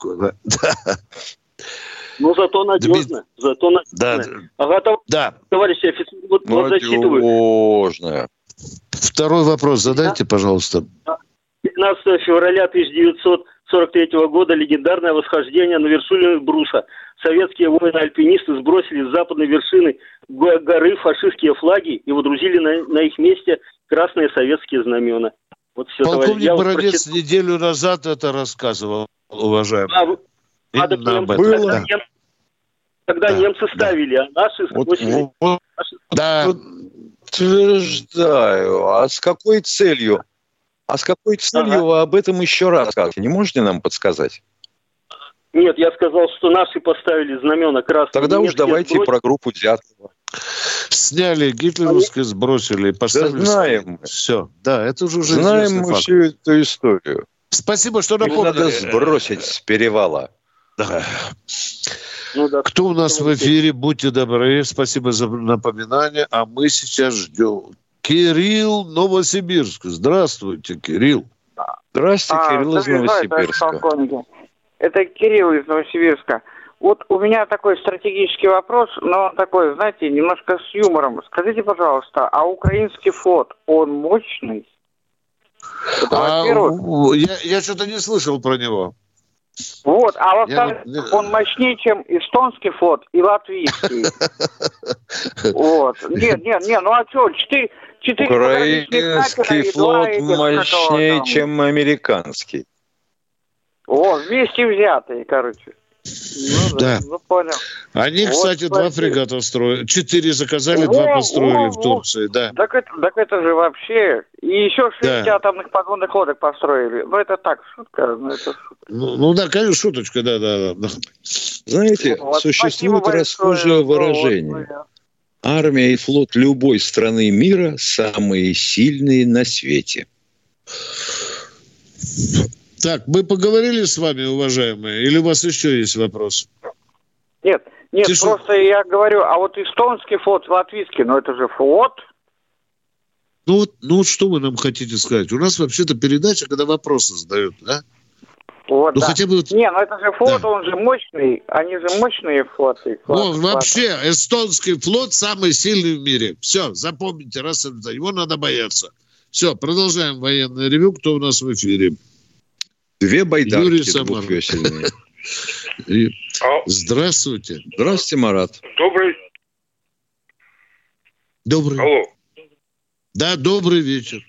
Speaker 13: Ну, зато надежно. Зато надежно. Ага,
Speaker 2: да.
Speaker 13: Товарищи офицеры, вот, вот зачитываю.
Speaker 3: Надежно.
Speaker 2: Второй вопрос задайте, пожалуйста.
Speaker 13: пятнадцатого февраля тысяча девятьсот сорок третьего года легендарное восхождение на вершину Эльбруса. Советские воины-альпинисты сбросили с западной вершины горы фашистские флаги и водрузили на, на их месте красные советские знамена. Вот все,
Speaker 2: полковник товарищ. Бородец прочит... неделю назад это рассказывал, уважаемый. А,
Speaker 13: надо немцы, было. Когда, нем... когда да, немцы да. ставили, а наши сбросили.
Speaker 3: Вот, вот, да. Утверждаю. А с какой целью? А с какой целью ага. вы об этом еще раз скажете? Не можете нам подсказать?
Speaker 13: Нет, я сказал, что наши поставили знамена красные.
Speaker 3: Тогда уж давайте сбросили. Про группу Дятлова.
Speaker 2: Сняли гитлеровское, сбросили, поставили.
Speaker 3: Да знаем мы.
Speaker 2: Все, да, это уже уже
Speaker 3: знаем мы факт. Всю эту историю.
Speaker 2: Спасибо, что напомнили.
Speaker 3: Надо сбросить с перевала.
Speaker 2: Да. Ну, да. Кто у нас в эфире? Будьте добры. Спасибо за напоминание. А мы сейчас ждем. Кирилл, Новосибирск. Здравствуйте, Кирилл.
Speaker 3: Здравствуйте, а, Кирилл из Новосибирска.
Speaker 14: Это Кирилл из Новосибирска. Вот у меня такой стратегический вопрос, но он такой, знаете, немножко с юмором. Скажите, пожалуйста, а украинский флот, он мощный?
Speaker 2: Это, а, во-первых... я, я что-то не слышал про него.
Speaker 14: Вот, а во-вторых, я... он мощнее, чем эстонский флот и латвийский. Вот. Нет, нет, нет, ну а что, четыре...
Speaker 3: Украинский флот мощнее, чем американский.
Speaker 14: О, вместе взятые, короче. Ну,
Speaker 2: да.
Speaker 14: Ну, понял.
Speaker 2: Они, вот, кстати, спасибо. Два фрегата строили. Четыре заказали, о, два построили о, в Турции, да.
Speaker 14: Так это, так это же вообще... И еще шесть да. атомных подводных лодок построили. Ну, это так, шутка. Ну, это шутка.
Speaker 2: Ну, ну да, конечно, шуточка, да, да, да.
Speaker 3: Знаете, ну, вот, существует расхожее выражение. Вот, армия и флот любой страны мира самые сильные на свете.
Speaker 2: Так, мы поговорили с вами, уважаемые, или у вас еще есть вопрос?
Speaker 14: Нет, нет,
Speaker 2: Ты
Speaker 14: просто что? Я говорю, а вот эстонский флот, латвийский, ну это же флот.
Speaker 2: Ну вот, ну что вы нам хотите сказать? У нас вообще-то передача, когда вопросы задают, да?
Speaker 14: Вот,
Speaker 2: ну
Speaker 14: да.
Speaker 2: хотя бы... Вот...
Speaker 14: Не, ну это же флот, да. Он же мощный, они же мощные флоты.
Speaker 2: Флот, ну, вообще, эстонский флот самый сильный в мире. Все, запомните, раз это, его надо бояться. Все, продолжаем военное ревю. Кто у нас в эфире?
Speaker 3: Две байдарки двухвесельные.
Speaker 2: Здравствуйте.
Speaker 3: Здравствуйте, Марат.
Speaker 15: Добрый.
Speaker 2: Добрый.
Speaker 15: Алло.
Speaker 2: Да, добрый вечер.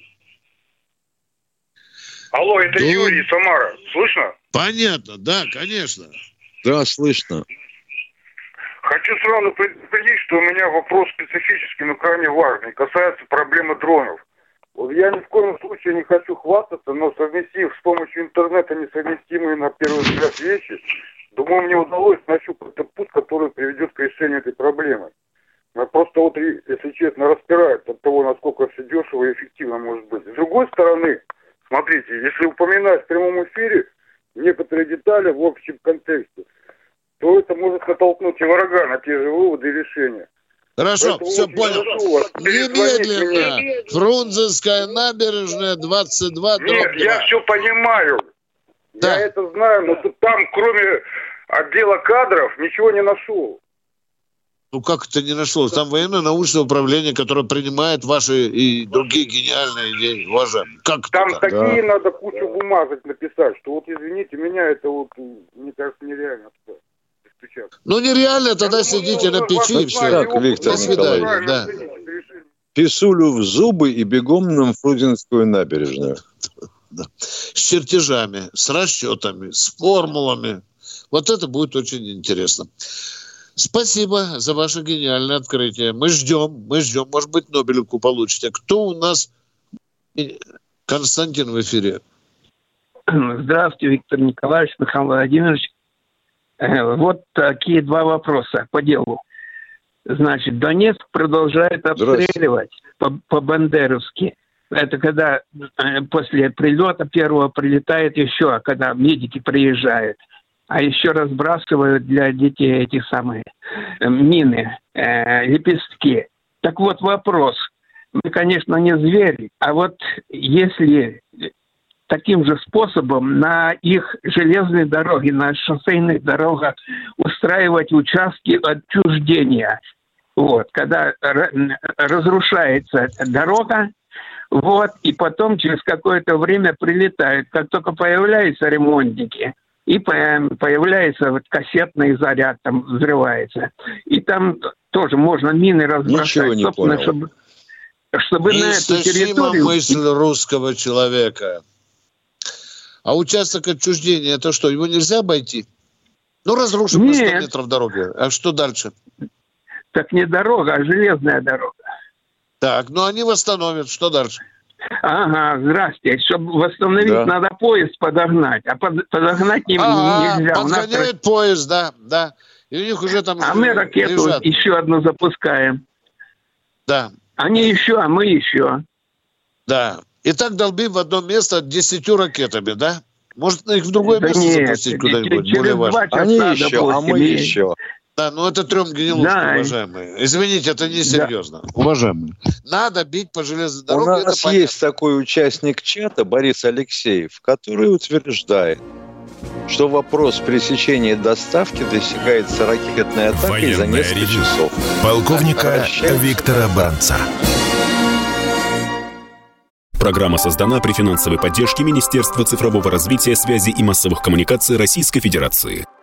Speaker 15: Алло, это
Speaker 2: Доб...
Speaker 15: Юрий, Самара. Слышно?
Speaker 2: Понятно, да, конечно.
Speaker 3: Да, слышно.
Speaker 15: Хочу сразу предупредить, что у меня вопрос специфический, но крайне важный. Касается проблемы дронов. Вот я ни в коем случае не хочу хвастаться, но совместив с помощью интернета несовместимые на первый взгляд вещи, Думаю, мне удалось нащупать этот путь, который приведет к решению этой проблемы. Но просто вот, если честно, распирает от того, насколько все дешево и эффективно может быть. С другой стороны, смотрите, если упоминать в прямом эфире некоторые детали в общем контексте, то это может натолкнуть и врага на те же выводы и решения.
Speaker 2: Хорошо, поэтому все понял. Немедленно. Фрунзенская набережная, двадцать два.
Speaker 15: Нет, я все понимаю. Да. Я это знаю, но тут там, кроме отдела кадров, ничего не нашел.
Speaker 2: Ну как это не нашлось? Там военно-научное управление, которое принимает ваши и другие гениальные идеи, уважаемые. Как
Speaker 15: там
Speaker 2: так?
Speaker 15: такие
Speaker 2: Да.
Speaker 15: надо кучу бумажек написать, что вот извините меня, это вот, мне кажется, нереально.
Speaker 2: Ну нереально, тогда ну, сидите ну, на печи и все.
Speaker 3: Так, Виктор Николаевич, да. Писулю в зубы и бегом на Фрунзенскую набережную.
Speaker 2: Да. С чертежами, с расчетами, с формулами. Вот это будет очень интересно. Спасибо за ваше гениальное открытие. Мы ждем, мы ждем. Может быть, Нобелевку получите. Кто у нас? Константин в эфире.
Speaker 10: Здравствуйте, Виктор Николаевич, Михаил Владимирович. Вот такие два вопроса по делу. Значит, Донецк продолжает обстреливать по-бандеровски. Это когда после прилета первого прилетает еще, когда медики приезжают. А еще разбрасывают для детей эти самые мины, э, лепестки. Так вот вопрос. Мы, конечно, не звери, а вот если таким же способом на их железной дороге, на шоссейных дорогах устраивать участки отчуждения, вот, когда разрушается дорога, вот, и потом через какое-то время прилетают, как только появляются ремонтники, и появляется вот кассетный заряд, там взрывается. И там тоже можно мины разбросать.
Speaker 3: Ничего не понял.
Speaker 10: Чтобы, чтобы на эту территорию...
Speaker 2: мысль русского человека. А участок отчуждения, это что, его нельзя обойти? Ну, разрушим на сто метров дороги. А что дальше?
Speaker 10: Так не дорога, а железная дорога.
Speaker 2: Так, ну они восстановят. Что дальше?
Speaker 10: Ага, здрасте. Чтобы восстановить, да. Надо поезд подогнать. А под, подогнать не,
Speaker 2: а,
Speaker 10: нельзя.
Speaker 2: Подгоняют нас... поезд, да, да. И у них уже там...
Speaker 10: А мы ракету лежат. Еще одну запускаем.
Speaker 2: Да.
Speaker 10: Они еще, а мы еще.
Speaker 2: Да. И так долбим в одно место десятью ракетами, да? Может, их в другое да место нет, запустить куда-нибудь? Более важно.
Speaker 3: Они еще, допустим, а мы еще.
Speaker 2: Да, ну это трем гнилушкам, да. Уважаемые. Извините, это несерьезно. Да. Уважаемые. Надо бить по железной дороге.
Speaker 3: У нас есть такой участник чата, Борис Алексеев, который утверждает, что вопрос пресечения доставки достигается ракетной атакой за несколько ревю. часов.
Speaker 1: Полковника Виктора Баранца.
Speaker 16: Программа создана при финансовой поддержке Министерства цифрового развития, связи и массовых коммуникаций Российской Федерации.